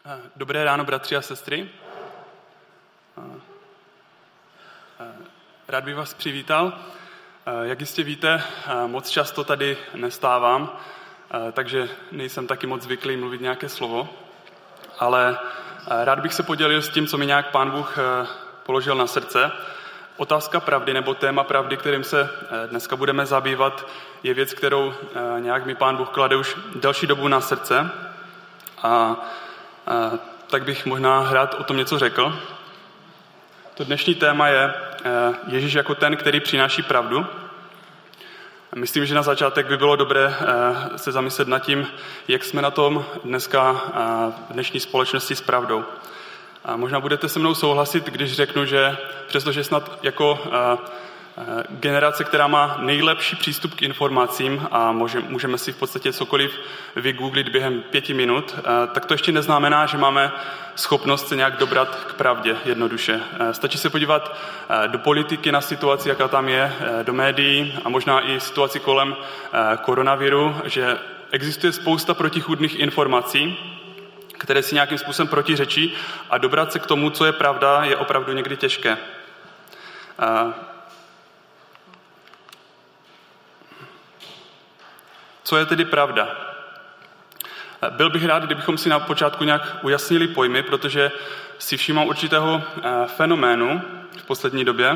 Dobré ráno, bratři a sestry. Rád bych vás přivítal. Jak jistě víte, moc často tady nestávám, takže nejsem taky moc zvyklý mluvit nějaké slovo, ale rád bych se podělil s tím, co mi nějak Pán Bůh položil na srdce. Otázka pravdy nebo téma pravdy, kterým se dneska budeme zabývat, je věc, kterou nějak mi Pán Bůh klade už delší dobu na srdce. A tak bych možná rád o tom něco řekl. To dnešní téma je Ježíš jako ten, který přináší pravdu. Myslím, že na začátek by bylo dobré se zamyslet nad tím, jak jsme na tom dneska v dnešní společnosti s pravdou. A možná budete se mnou souhlasit, když řeknu, že přestože snad jako generace, která má nejlepší přístup k informacím a můžeme si v podstatě cokoliv vygooglit během 5 minut, tak to ještě neznamená, že máme schopnost se nějak dobrat k pravdě jednoduše. Stačí se podívat do politiky, na situaci, jaká tam je, do médií a možná i situaci kolem koronaviru, že existuje spousta protichůdných informací, které si nějakým způsobem protiřečí a dobrat se k tomu, co je pravda, je opravdu někdy těžké. Co je tedy pravda? Byl bych rád, kdybychom si na počátku nějak ujasnili pojmy, protože si všímám určitého fenoménu v poslední době,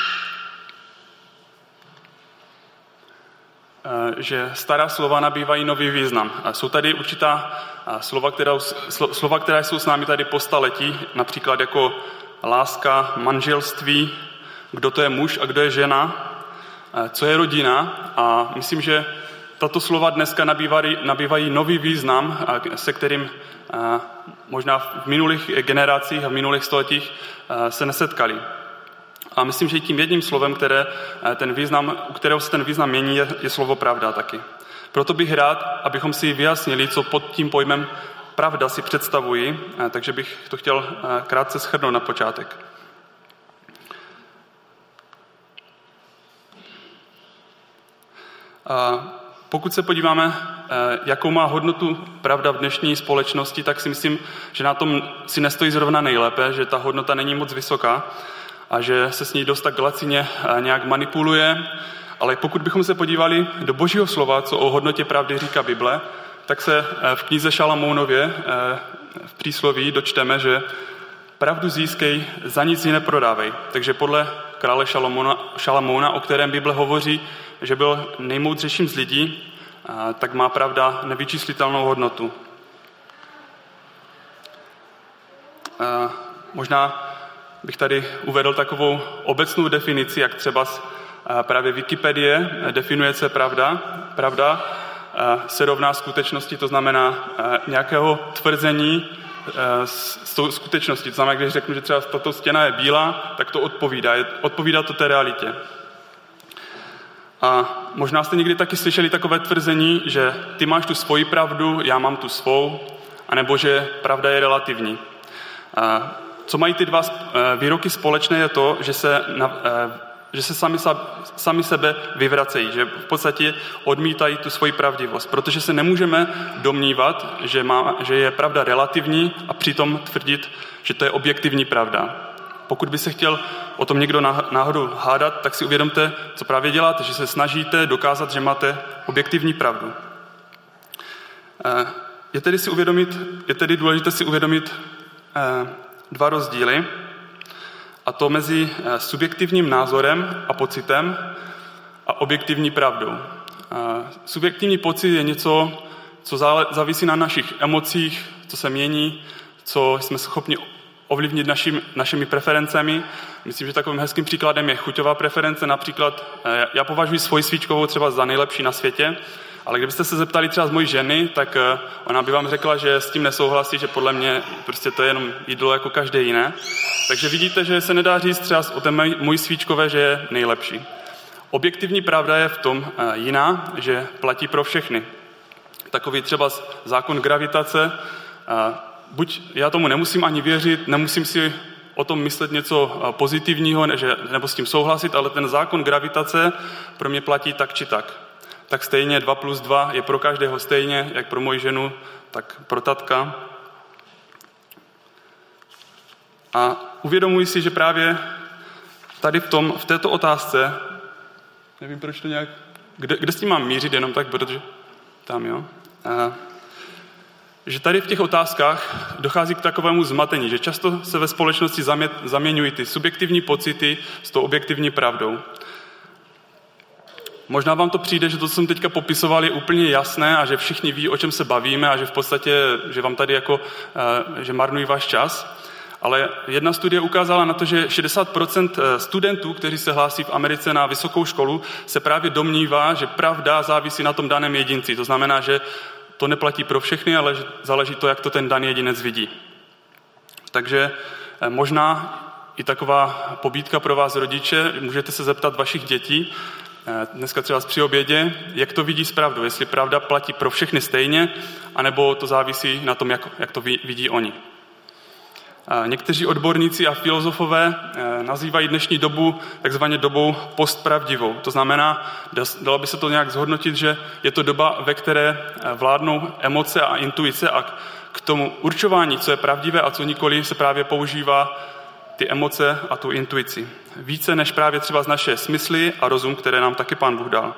že stará slova nabývají nový význam. Jsou tady určitá slova, která jsou s námi tady po staletí, například jako láska, manželství, kdo to je muž a kdo je žena, co je rodina, a myslím, že tato slova dneska nabývají nový význam, se kterým možná v minulých generacích a v minulých stoletích se nesetkali. A myslím, že tím jedním slovem, u kterého se ten význam mění, je slovo pravda taky. Proto bych rád, abychom si vyjasnili, co pod tím pojmem pravda si představují, takže bych to chtěl krátce shrnout na počátek. Pokud se podíváme, jakou má hodnotu pravda v dnešní společnosti, tak si myslím, že na tom si nestojí zrovna nejlépe, že ta hodnota není moc vysoká a že se s ní dost tak lacině nějak manipuluje. Ale pokud bychom se podívali do Božího slova, co o hodnotě pravdy říká Bible, tak se v knize Šalamounově v přísloví dočteme, že pravdu získej, za nic ji neprodávej. Takže podle krále Šalamouna, o kterém Bible hovoří, že byl nejmoudřejším z lidí, tak má pravda nevyčíslitelnou hodnotu. Možná bych tady uvedl takovou obecnou definici, jak třeba právě Wikipedie definuje, co je pravda. Pravda se rovná skutečnosti, to znamená nějakého tvrzení s tou skutečností. To znamená, když řeknu, že třeba tato stěna je bílá, tak to odpovídá to té realitě. A možná jste někdy taky slyšeli takové tvrzení, že ty máš tu svoji pravdu, já mám tu svou, anebo že pravda je relativní. Co mají ty dva výroky společné, je to, že se sami sebe vyvracejí, že v podstatě odmítají tu svoji pravdivost, protože se nemůžeme domnívat, že je pravda relativní a přitom tvrdit, že to je objektivní pravda. Pokud by se chtěl o tom někdo náhodou hádat, tak si uvědomte, co právě děláte, že se snažíte dokázat, že máte objektivní pravdu. Je tedy důležité si uvědomit dva rozdíly, a to mezi subjektivním názorem a pocitem a objektivní pravdou. Subjektivní pocit je něco, co závisí na našich emocích, co se mění, co jsme schopni ovlivnit našimi preferencemi. Myslím, že takovým hezkým příkladem je chuťová preference. Například já považuji svoji svíčkovou třeba za nejlepší na světě, ale kdybyste se zeptali třeba z mojí ženy, tak ona by vám řekla, že s tím nesouhlasí, že podle mě prostě to je jenom jídlo jako každé jiné. Takže vidíte, že se nedá říct třeba o té mojí svíčkové, že je nejlepší. Objektivní pravda je v tom jiná, že platí pro všechny. Takový třeba zákon gravitace, buď já tomu nemusím ani věřit, nemusím si o tom myslet něco pozitivního nebo s tím souhlasit, ale ten zákon gravitace pro mě platí tak či tak. Tak stejně 2 + 2 je pro každého stejně, jak pro moji ženu, tak pro tatka. A uvědomuji si, že právě tady v této otázce, nevím, proč to nějak, kde s tím mám mířit, jenom tak, protože tam, jo. Že tady v těch otázkách dochází k takovému zmatení, že často se ve společnosti zaměňují ty subjektivní pocity s tou objektivní pravdou. Možná vám to přijde, že to, co jsem teďka popisoval, je úplně jasné a že všichni ví, o čem se bavíme a že v podstatě, že vám tady že marnují váš čas. Ale jedna studie ukázala na to, že 60% studentů, kteří se hlásí v Americe na vysokou školu, se právě domnívá, že pravda závisí na tom daném jedinci. To znamená, že to neplatí pro všechny, ale záleží to, jak to ten daný jedinec vidí. Takže možná i taková pobídka pro vás rodiče, můžete se zeptat vašich dětí, dneska třeba při obědě, jak to vidí s pravdou, jestli pravda platí pro všechny stejně, anebo to závisí na tom, jak to vidí oni. Někteří odborníci a filozofové nazývají dnešní dobu takzvaně dobou postpravdivou. To znamená, dalo by se to nějak zhodnotit, že je to doba, ve které vládnou emoce a intuice a k tomu určování, co je pravdivé a co nikoli, se právě používá ty emoce a tu intuici. Více než právě třeba z naše smysly a rozum, které nám taky Pán Bůh dal.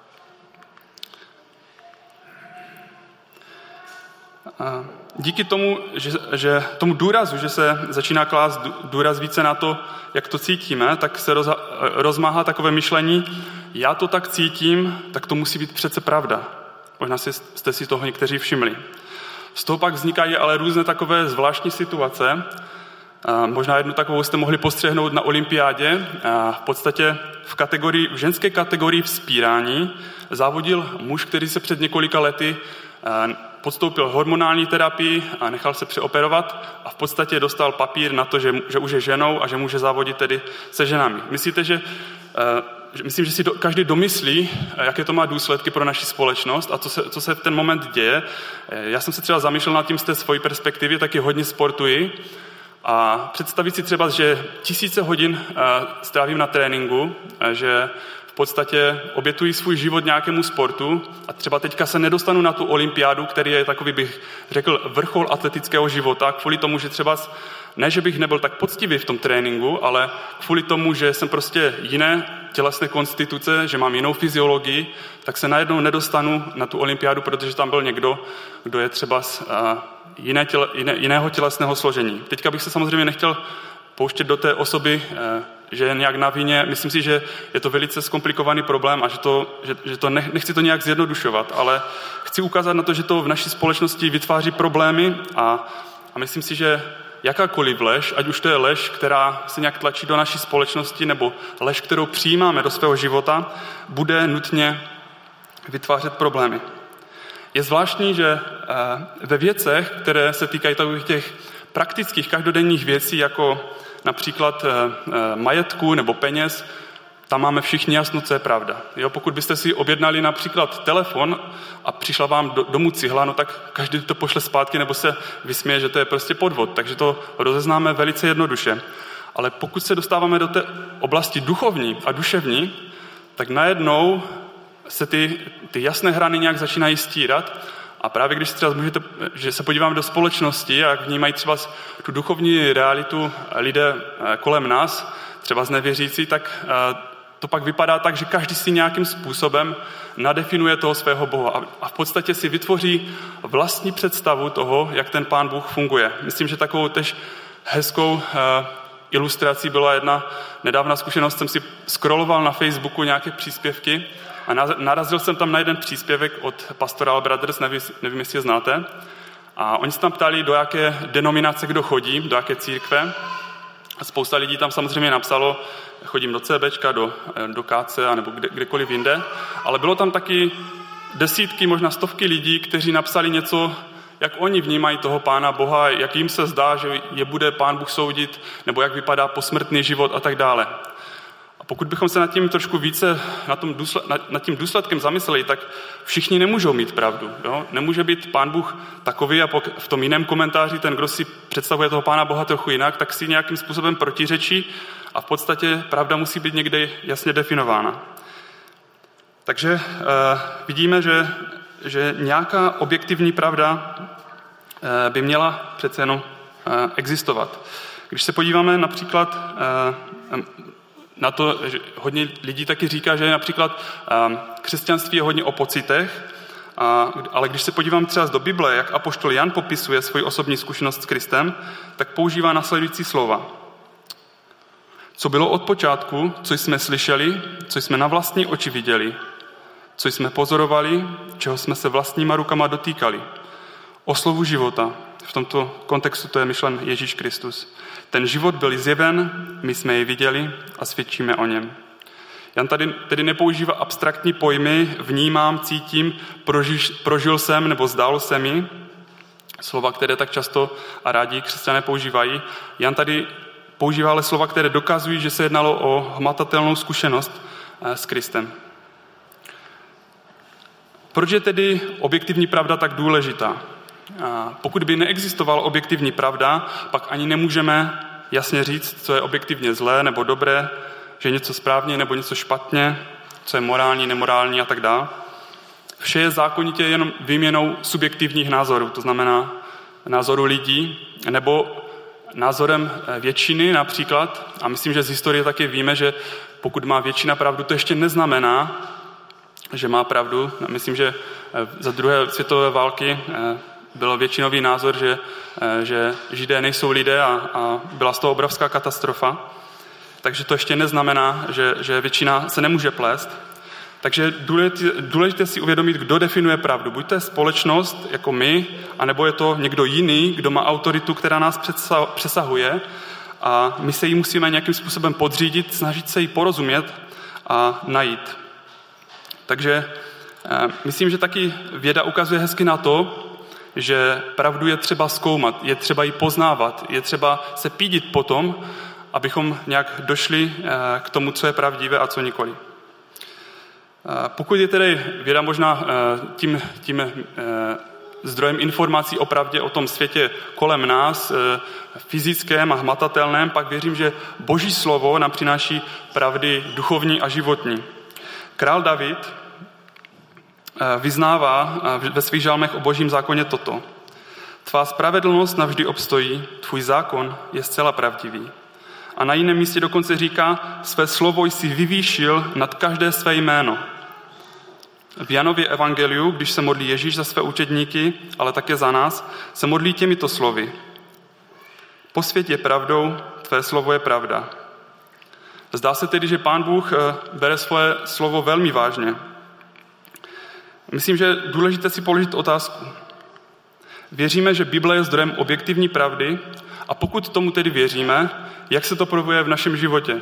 Díky tomu, že tomu důrazu, že se začíná klást důraz více na to, jak to cítíme, tak se rozmáhá takové myšlení, já to tak cítím, tak to musí být přece pravda. Možná jste si toho někteří všimli. Z toho pak vznikají ale různé takové zvláštní situace. Možná jednu takovou jste mohli postřehnout na olympiádě. V podstatě v ženské kategorii vzpírání závodil muž, který se před několika lety podstoupil hormonální terapii a nechal se přeoperovat a v podstatě dostal papír na to, že už je ženou a že může závodit tedy se ženami. Myslím, že si každý domyslí, jaké to má důsledky pro naši společnost a co se v ten moment děje. Já jsem se třeba zamýšlel nad tím z té svojí perspektivy, taky hodně sportuji a představit si třeba, že tisíce hodin strávím na tréninku, že v podstatě obětují svůj život nějakému sportu a třeba teďka se nedostanu na tu olympiádu, který je takový, bych řekl, vrchol atletického života, kvůli tomu, že třeba ne, že bych nebyl tak poctivý v tom tréninku, ale kvůli tomu, že jsem prostě jiné tělesné konstituce, že mám jinou fyziologii, tak se najednou nedostanu na tu olympiádu, protože tam byl někdo, kdo je třeba z jiného tělesného složení. Teďka bych se samozřejmě nechtěl pouštět do té osoby, že je nějak na vině. Myslím si, že je to velice zkomplikovaný problém a že nechci to nějak zjednodušovat, ale chci ukázat na to, že to v naší společnosti vytváří problémy a myslím si, že jakákoliv lež, ať už to je lež, která se nějak tlačí do naší společnosti, nebo lež, kterou přijímáme do svého života, bude nutně vytvářet problémy. Je zvláštní, že ve věcech, které se týkají těch praktických každodenních věcí, jako například majetku nebo peněz, tam máme všichni jasno, co je pravda. Jo, pokud byste si objednali například telefon a přišla vám domů cihla, no tak každý to pošle zpátky nebo se vysměje, že to je prostě podvod. Takže to rozeznáme velice jednoduše. Ale pokud se dostáváme do té oblasti duchovní a duševní, tak najednou se ty jasné hrany nějak začínají stírat. A právě když třeba že se podíváme do společnosti a jak vnímají třeba tu duchovní realitu lidé kolem nás, třeba z nevěřící, tak to pak vypadá tak, že každý si nějakým způsobem nadefinuje toho svého Boha a v podstatě si vytvoří vlastní představu toho, jak ten Pán Bůh funguje. Myslím, že takovou tež hezkou ilustrací byla jedna nedávná zkušenost. Jsem si scrolloval na Facebooku nějaké příspěvky a narazil jsem tam na jeden příspěvek od Pastoral Brothers, nevím, jestli je znáte. A oni se tam ptali, do jaké denominace kdo chodí, do jaké církve. A spousta lidí tam samozřejmě napsalo, chodím do CBčka, do KC nebo kdekoliv jinde. Ale bylo tam taky desítky, možná stovky lidí, kteří napsali něco, jak oni vnímají toho Pána Boha, jak jim se zdá, že je bude Pán Bůh soudit, nebo jak vypadá posmrtný život a tak dále. A pokud bychom se nad tím trošku více, nad tím důsledkem zamysleli, tak všichni nemůžou mít pravdu. Jo? Nemůže být Pán Bůh takový a v tom jiném komentáři ten, kdo si představuje toho Pána Boha trochu jinak, tak si nějakým způsobem protiřečí a v podstatě pravda musí být někde jasně definována. Takže vidíme, že nějaká objektivní pravda by měla přece jenom existovat. Když se podíváme například na to, že hodně lidí taky říká, že například křesťanství je hodně o pocitech, ale když se podívám třeba do Bible, jak apoštol Jan popisuje svoji osobní zkušenost s Kristem, tak používá následující slova. Co bylo od počátku, co jsme slyšeli, co jsme na vlastní oči viděli, co jsme pozorovali, čeho jsme se vlastníma rukama dotýkali. O slovu života. V tomto kontextu to je myšlen Ježíš Kristus. Ten život byl zjeven, my jsme jej viděli a svědčíme o něm. Jan tady tedy nepoužívá abstraktní pojmy, vnímám, cítím, prožil jsem nebo zdálo se mi, slova, které tak často a rádi křesťané používají. Jan tady používá ale slova, které dokazují, že se jednalo o hmatatelnou zkušenost s Kristem. Proč je tedy objektivní pravda tak důležitá? Pokud by neexistovala objektivní pravda, pak ani nemůžeme jasně říct, co je objektivně zlé nebo dobré, že je něco správně nebo něco špatně, co je morální, nemorální a tak dále. Vše je zákonitě jenom výměnou subjektivních názorů, to znamená názoru lidí, nebo názorem většiny například. A myslím, že z historie taky víme, že pokud má většina pravdu, to ještě neznamená, že má pravdu. Myslím, že za druhé světové války byl většinový názor, že Židé nejsou lidé a byla z toho obrovská katastrofa. Takže to ještě neznamená, že většina se nemůže plést. Takže důležité si uvědomit, kdo definuje pravdu. Buď to je společnost jako my, anebo je to někdo jiný, kdo má autoritu, která nás přesahuje a my se jí musíme nějakým způsobem podřídit, snažit se jí porozumět a najít. Takže myslím, že taky věda ukazuje hezky na to, že pravdu je třeba zkoumat, je třeba ji poznávat, je třeba se pídit potom, abychom nějak došli k tomu, co je pravdivé a co nikoli. Pokud je tedy věda možná tím zdrojem informací o pravdě o tom světě kolem nás, fyzickém a hmatatelném, pak věřím, že Boží slovo nám přináší pravdy duchovní a životní. Král David vyznává ve svých žalmech o Božím zákoně toto. Tvá spravedlnost navždy obstojí, tvůj zákon je zcela pravdivý. A na jiném místě dokonce říká, své slovo jsi vyvýšil nad každé své jméno. V Janově evangeliu, když se modlí Ježíš za své učedníky, ale také za nás, se modlí těmito slovy. Posvěť je pravdou, tvé slovo je pravda. Zdá se tedy, že Pán Bůh bere svoje slovo velmi vážně. Myslím, že je důležité si položit otázku. Věříme, že Bible je zdrojem objektivní pravdy a pokud tomu tedy věříme, jak se to projevuje v našem životě?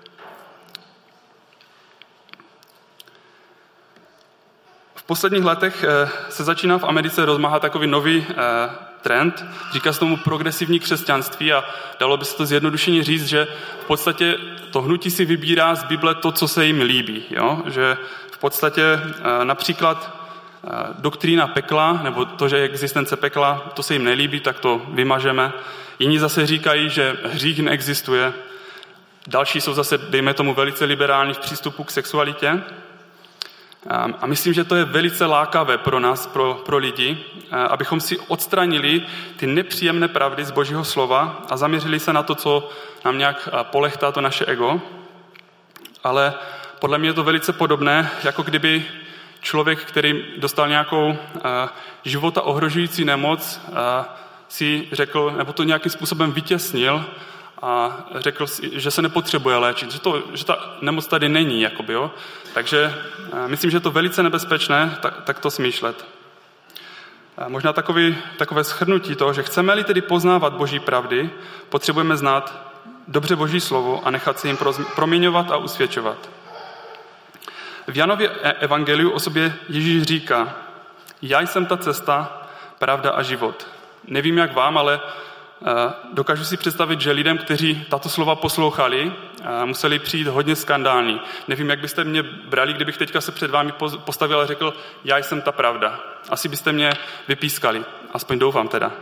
V posledních letech se začíná v Americe rozmáhat takový nový trend, říká se tomu progresivní křesťanství a dalo by se to zjednodušeně říct, že v podstatě to hnutí si vybírá z Bible to, co se jim líbí. Jo? Že v podstatě například doktrína pekla, nebo to, že je existence pekla, to se jim nelíbí, tak to vymažeme. Jiní zase říkají, že hřích neexistuje. Další jsou zase, dejme tomu, velice liberální v přístupu k sexualitě. A myslím, že to je velice lákavé pro nás, pro lidi, abychom si odstranili ty nepříjemné pravdy z Božího slova a zaměřili se na to, co nám nějak polechtá to naše ego. Ale podle mě je to velice podobné, jako kdyby člověk, který dostal nějakou života ohrožující nemoc, si řekl, nebo to nějakým způsobem vytěsnil a řekl si, že se nepotřebuje léčit, že ta nemoc tady není, jakoby, jo. Takže myslím, že je to velice nebezpečné tak to smýšlet. Možná takové shrnutí toho, že chceme-li tedy poznávat Boží pravdy, potřebujeme znát dobře Boží slovo a nechat se jim proměňovat a usvědčovat. V Janově evangeliu o sobě Ježíš říká, já jsem ta cesta, pravda a život. Nevím, jak vám, ale dokážu si představit, že lidem, kteří tato slova poslouchali, museli přijít hodně skandální. Nevím, jak byste mě brali, kdybych teďka se před vámi postavil a řekl, já jsem ta pravda. Asi byste mě vypískali, aspoň doufám teda.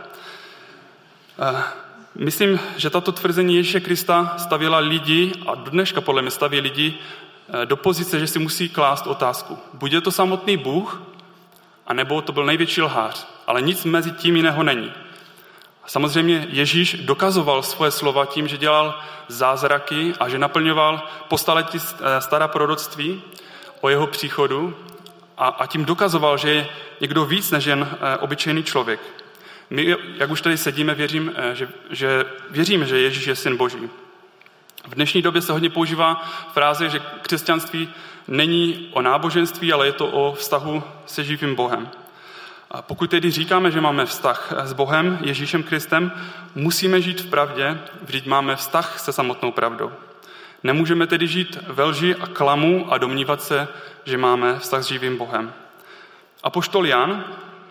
Myslím, že tato tvrzení Ježíše Krista stavěla lidi, a do dneška podle mě staví lidi, do pozice, že si musí klást otázku. Buď je to samotný Bůh, anebo to byl největší lhář, ale nic mezi tím jiného není. Samozřejmě Ježíš dokazoval svoje slova tím, že dělal zázraky a že naplňoval po staletí stará proroctví o jeho příchodu a tím dokazoval, že je někdo víc než jen obyčejný člověk. My, jak už tady sedíme, věříme, že Ježíš je syn Boží. V dnešní době se hodně používá fráze, že křesťanství není o náboženství, ale je to o vztahu se živým Bohem. A pokud tedy říkáme, že máme vztah s Bohem, Ježíšem Kristem, musíme žít v pravdě, vždyť máme vztah se samotnou pravdou. Nemůžeme tedy žít ve lži a klamu a domnívat se, že máme vztah s živým Bohem. Apoštol Jan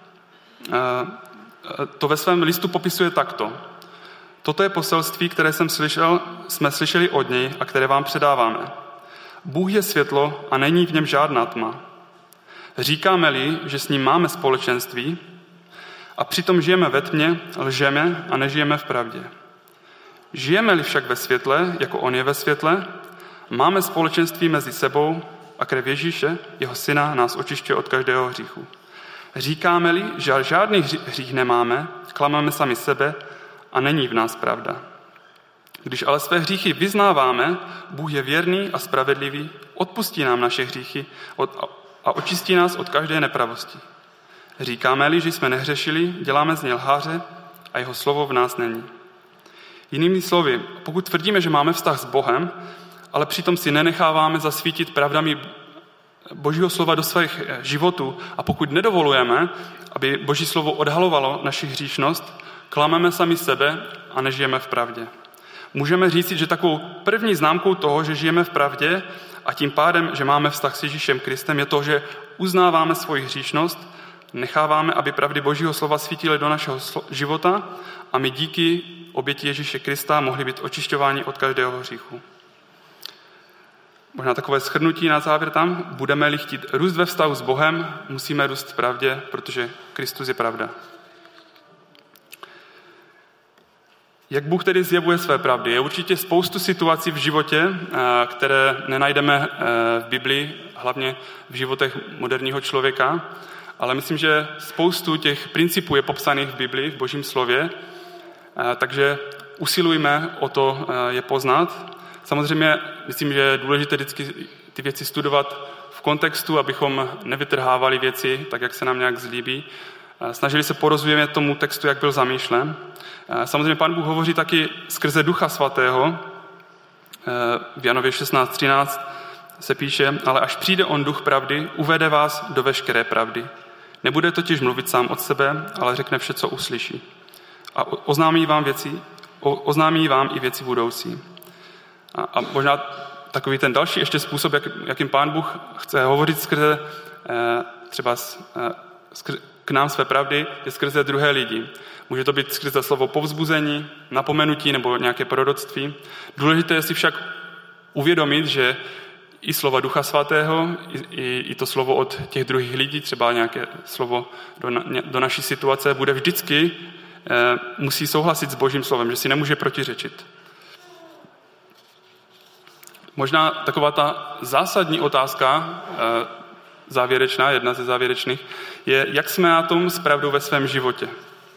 to ve svém listu popisuje takto. Toto je poselství, které jsme slyšeli od něj a které vám předáváme. Bůh je světlo a není v něm žádná tma. Říkáme-li, že s ním máme společenství a přitom žijeme ve tmě, lžeme a nežijeme v pravdě. Žijeme-li však ve světle, jako on je ve světle, máme společenství mezi sebou a krev Ježíše, jeho syna, nás očišťuje od každého hříchu. Říkáme-li, že žádný hřích nemáme, klamáme sami sebe a není v nás pravda. Když ale své hříchy vyznáváme, Bůh je věrný a spravedlivý, odpustí nám naše hříchy a očistí nás od každé nepravosti. Říkáme-li, že jsme nehřešili, děláme z něj lháře a jeho slovo v nás není. Jinými slovy, pokud tvrdíme, že máme vztah s Bohem, ale přitom si nenecháváme zasvítit pravdami Božího slova do svých životů a pokud nedovolujeme, aby Boží slovo odhalovalo naši hříšnost, klameme sami sebe a nežijeme v pravdě. Můžeme říct, že takovou první známkou toho, že žijeme v pravdě a tím pádem, že máme vztah s Ježíšem Kristem, je to, že uznáváme svoji hříšnost, necháváme, aby pravdy Božího slova svítily do našeho života a my díky oběti Ježíše Krista mohli být očišťováni od každého hříchu. Možná takové shrnutí na závěr tam. Budeme-li chtít růst ve vztahu s Bohem, musíme růst v pravdě, protože Kristus je pravda. Jak Bůh tedy zjevuje své pravdy? Je určitě spoustu situací v životě, které nenajdeme v Biblii, hlavně v životech moderního člověka, ale myslím, že spoustu těch principů je popsaných v Biblii, v Božím slově, takže usilujme o to je poznat. Samozřejmě myslím, že je důležité vždycky ty věci studovat v kontextu, abychom nevytrhávali věci tak, jak se nám nějak zlíbí. Snažili se porozumět tomu textu, jak byl zamýšlen. Samozřejmě Pán Bůh hovoří taky skrze Ducha Svatého. V Janově 16:13 se píše, ale až přijde on Duch pravdy, uvede vás do veškeré pravdy. Nebude totiž mluvit sám od sebe, ale řekne vše, co uslyší. A oznámí vám i věci budoucí. A možná takový ten další ještě způsob, jakým Pán Bůh chce hovořit skrze třeba k nám své pravdy, je skrze druhé lidi. Může to být skrze slovo povzbuzení, napomenutí nebo nějaké proroctví. Důležité je si však uvědomit, že i slova Ducha Svatého, i to slovo od těch druhých lidí, třeba nějaké slovo do naší situace, bude vždycky, musí souhlasit s Božím slovem, že si nemůže protiřečit. Možná taková ta zásadní otázka, závěrečná, jedna ze závěrečných, je, jak jsme na tom s pravdou ve svém životě.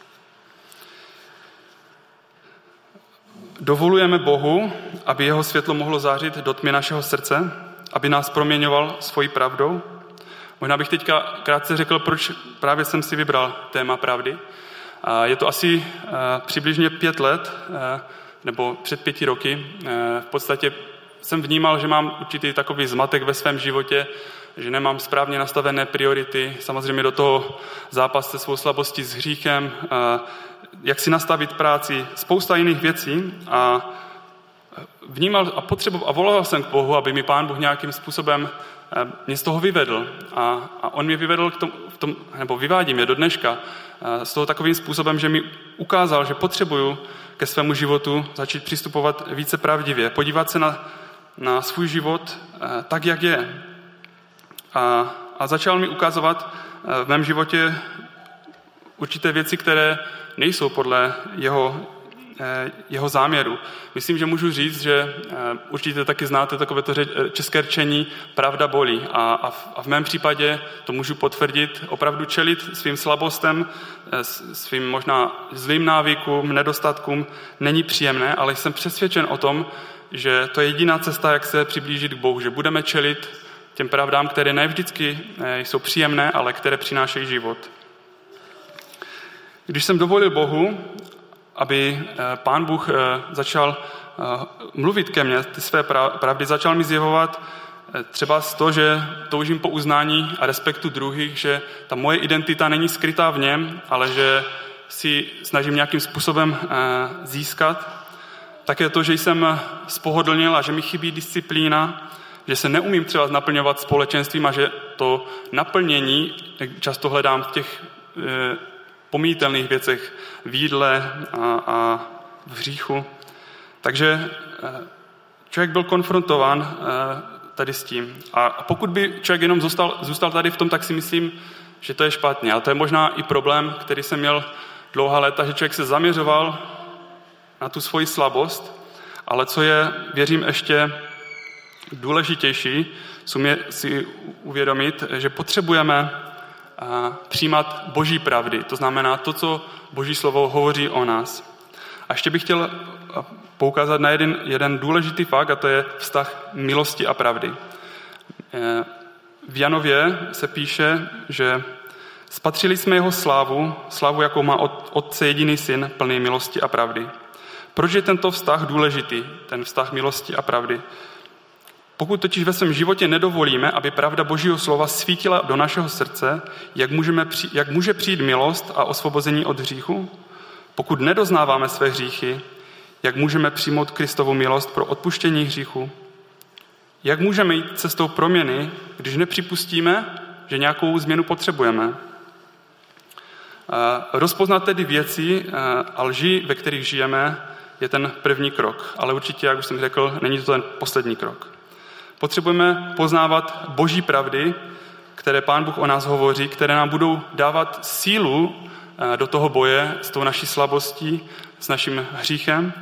Dovolujeme Bohu, aby jeho světlo mohlo zářit do tmy našeho srdce, aby nás proměňoval svojí pravdou. Možná bych teďka krátce řekl, proč právě jsem si vybral téma pravdy. Je to asi přibližně 5 let, nebo před 5 roky. V podstatě jsem vnímal, že mám určitý takový zmatek ve svém životě, že nemám správně nastavené priority, samozřejmě do toho zápas se svou slabostí s hříchem, jak si nastavit práci, spousta jiných věcí a vnímal a potřeboval a volal jsem k Bohu, aby mi Pán Bůh nějakým způsobem mě z toho vyvedl. A on mě vyvedl nebo vyvádí mě do dneška z toho takovým způsobem, že mi ukázal, že potřebuju ke svému životu začít přistupovat více pravdivě, podívat se na svůj život tak, jak je. A začal mi ukazovat v mém životě určité věci, které nejsou podle jeho záměru. Myslím, že můžu říct, že určitě taky znáte takovéto české rčení pravda bolí. A v mém případě to můžu potvrdit, opravdu čelit svým slabostem, svým možná zlým návykům, nedostatkům není příjemné, ale jsem přesvědčen o tom, že to je jediná cesta, jak se přiblížit k Bohu, že budeme čelit těm pravdám, které ne vždycky jsou příjemné, ale které přinášejí život. Když jsem dovolil Bohu, aby Pán Bůh začal mluvit ke mně, ty své pravdy, začal mi zjevovat třeba z toho, že toužím po uznání a respektu druhých, že ta moje identita není skrytá v něm, ale že si snažím nějakým způsobem získat. Také to, že jsem spohodlnil a že mi chybí disciplína, že se neumím třeba naplňovat společenstvím a že to naplnění často hledám v těch pomítelných věcech, v jídle a v hříchu. Takže člověk byl konfrontován tady s tím. A pokud by člověk jenom zůstal tady v tom, tak si myslím, že to je špatně. A to je možná i problém, který jsem měl dlouhá léta, že člověk se zaměřoval na tu svoji slabost, ale co je, věřím, ještě důležitější, si uvědomit, že potřebujeme přijímat Boží pravdy. To znamená to, co Boží slovo hovoří o nás. A ještě bych chtěl poukázat na jeden důležitý fakt, a to je vztah milosti a pravdy. V Janově se píše, že spatřili jsme jeho slávu, jakou má od Otce jediný syn, plný milosti a pravdy. Proč je tento vztah důležitý, ten vztah milosti a pravdy? Pokud totiž ve svém životě nedovolíme, aby pravda Božího slova svítila do našeho srdce, jak může přijít milost a osvobození od hříchu? Pokud nedoznáváme své hříchy, jak můžeme přijmout Kristovu milost pro odpuštění hříchu? Jak můžeme jít cestou proměny, když nepřipustíme, že nějakou změnu potřebujeme? Rozpoznat tedy věci a lži, ve kterých žijeme, je ten první krok. Ale určitě, jak už jsem řekl, není to ten poslední krok. Potřebujeme poznávat Boží pravdy, které Pán Bůh o nás hovoří, které nám budou dávat sílu do toho boje s tou naší slabostí, s naším hříchem.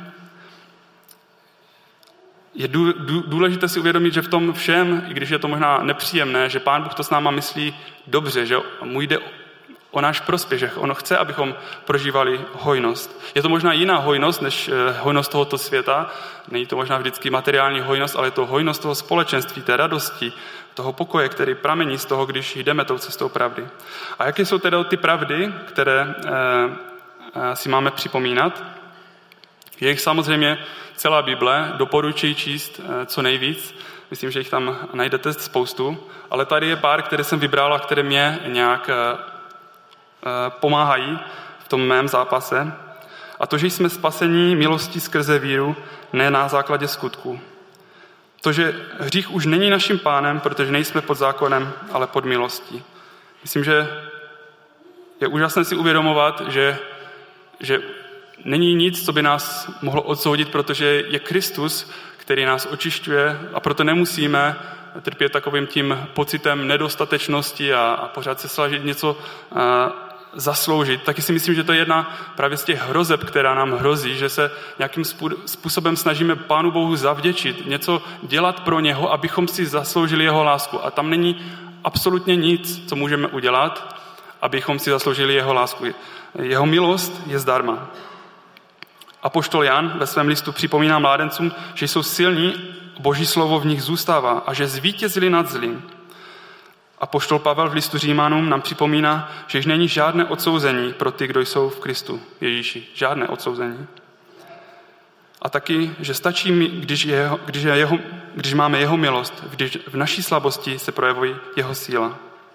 Je důležité si uvědomit, že v tom všem, i když je to možná nepříjemné, že Pán Bůh to s náma myslí dobře, že mu jde o náš prospěch, že on chce, abychom prožívali hojnost. Je to možná jiná hojnost, než hojnost tohoto světa. Není to možná vždycky materiální hojnost, ale je to hojnost toho společenství, té radosti, toho pokoje, který pramení z toho, když jdeme tou cestou pravdy. A jaké jsou tedy ty pravdy, které si máme připomínat? Je jich samozřejmě celá Bible, doporučuji číst co nejvíc. Myslím, že jich tam najdete spoustu, ale tady je pár, které jsem vybral a které mě nějak pomáhají v tom mém zápase. A to, že jsme spasení milostí skrze víru, ne na základě skutku. To, že hřích už není naším pánem, protože nejsme pod zákonem, ale pod milostí. Myslím, že je úžasné si uvědomovat, že není nic, co by nás mohlo odsoudit, protože je Kristus, který nás očišťuje, a proto nemusíme trpět takovým tím pocitem nedostatečnosti a pořád se snažit něco zasloužit. Taky si myslím, že to je jedna právě z těch hrozeb, která nám hrozí, že se nějakým způsobem snažíme Pánu Bohu zavděčit, něco dělat pro něho, abychom si zasloužili jeho lásku. A tam není absolutně nic, co můžeme udělat, abychom si zasloužili jeho lásku. Jeho milost je zdarma. Apoštol Jan ve svém listu připomíná mládencům, že jsou silní, Boží slovo v nich zůstává a že zvítězili nad zlým. Apoštol Pavel v listu Římanům nám připomíná, že již není žádné odsouzení pro ty, kdo jsou v Kristu Ježíši. Žádné odsouzení. A taky, že stačí, když máme jeho milost, když v naší slabosti se projeví jeho síla.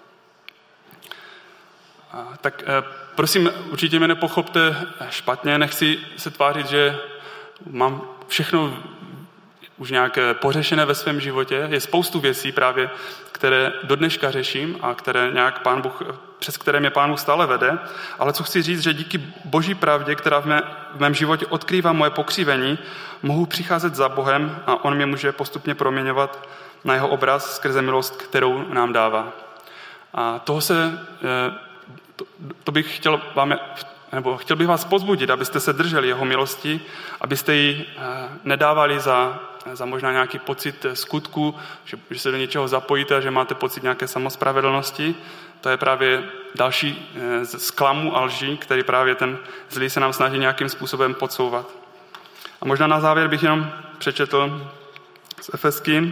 Tak prosím, určitě mě nepochopte špatně, nechci se tvářit, že mám všechno už nějak pořešené ve svém životě. Je spoustu věcí právě, které do dneška řeším a které nějak přes které mě Pán Bůh stále vede. Ale co chci říct, že díky Boží pravdě, která v mém životě odkrývá moje pokřivení, mohu přicházet za Bohem a on mě může postupně proměňovat na jeho obraz skrze milost, kterou nám dává. A to bych chtěl vám nebo chtěl bych vás pozbudit, abyste se drželi jeho milosti, abyste ji nedávali za možná nějaký pocit skutku, že se do něčeho zapojíte a že máte pocit nějaké samospravedlnosti. To je právě další z klamů a lží, který právě ten zlý se nám snaží nějakým způsobem podsouvat. A možná na závěr bych jenom přečetl z Efeským.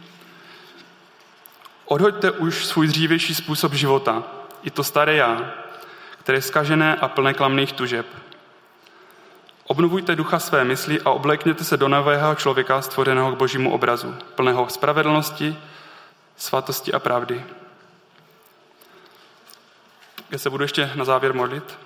Odhoďte už svůj dřívější způsob života, i to staré já, které je zkažené a plné klamných tužeb. Obnovujte ducha své mysli a oblékněte se do nového člověka stvořeného k Božímu obrazu, plného spravedlnosti, svatosti a pravdy. Já se budu ještě na závěr modlit.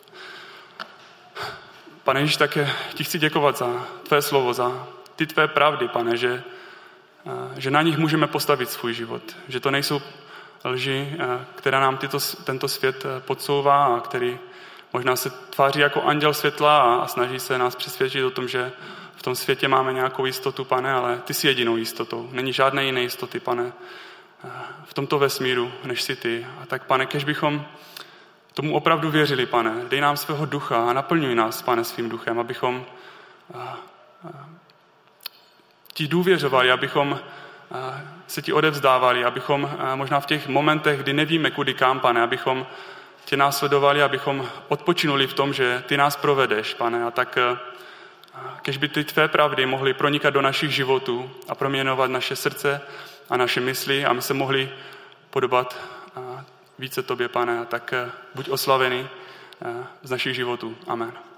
Pane Ježíš, také ti chci děkovat za tvé slovo, za ty tvé pravdy, Pane, že na nich můžeme postavit svůj život. Že to nejsou lži, která nám tento svět podsouvá a který možná se tváří jako anděl světla a snaží se nás přesvědčit o tom, že v tom světě máme nějakou jistotu, Pane, ale ty jsi jedinou jistotou. Není žádné jiné jistoty, Pane, v tomto vesmíru, než jsi ty. A tak, Pane, kež bychom tomu opravdu věřili, Pane. Dej nám svého ducha a naplňuj nás, Pane, svým duchem, abychom ti důvěřovali, abychom se ti odevzdávali, abychom možná v těch momentech, kdy nevíme, kudy kam, Pane, abychom tě následovali, abychom odpočinuli v tom, že ty nás provedeš, Pane, a tak kež by ty tvé pravdy mohly pronikat do našich životů a proměňovat naše srdce a naše mysli a my se mohli podobat více tobě, Pane, a tak buď oslavený z našich životů. Amen.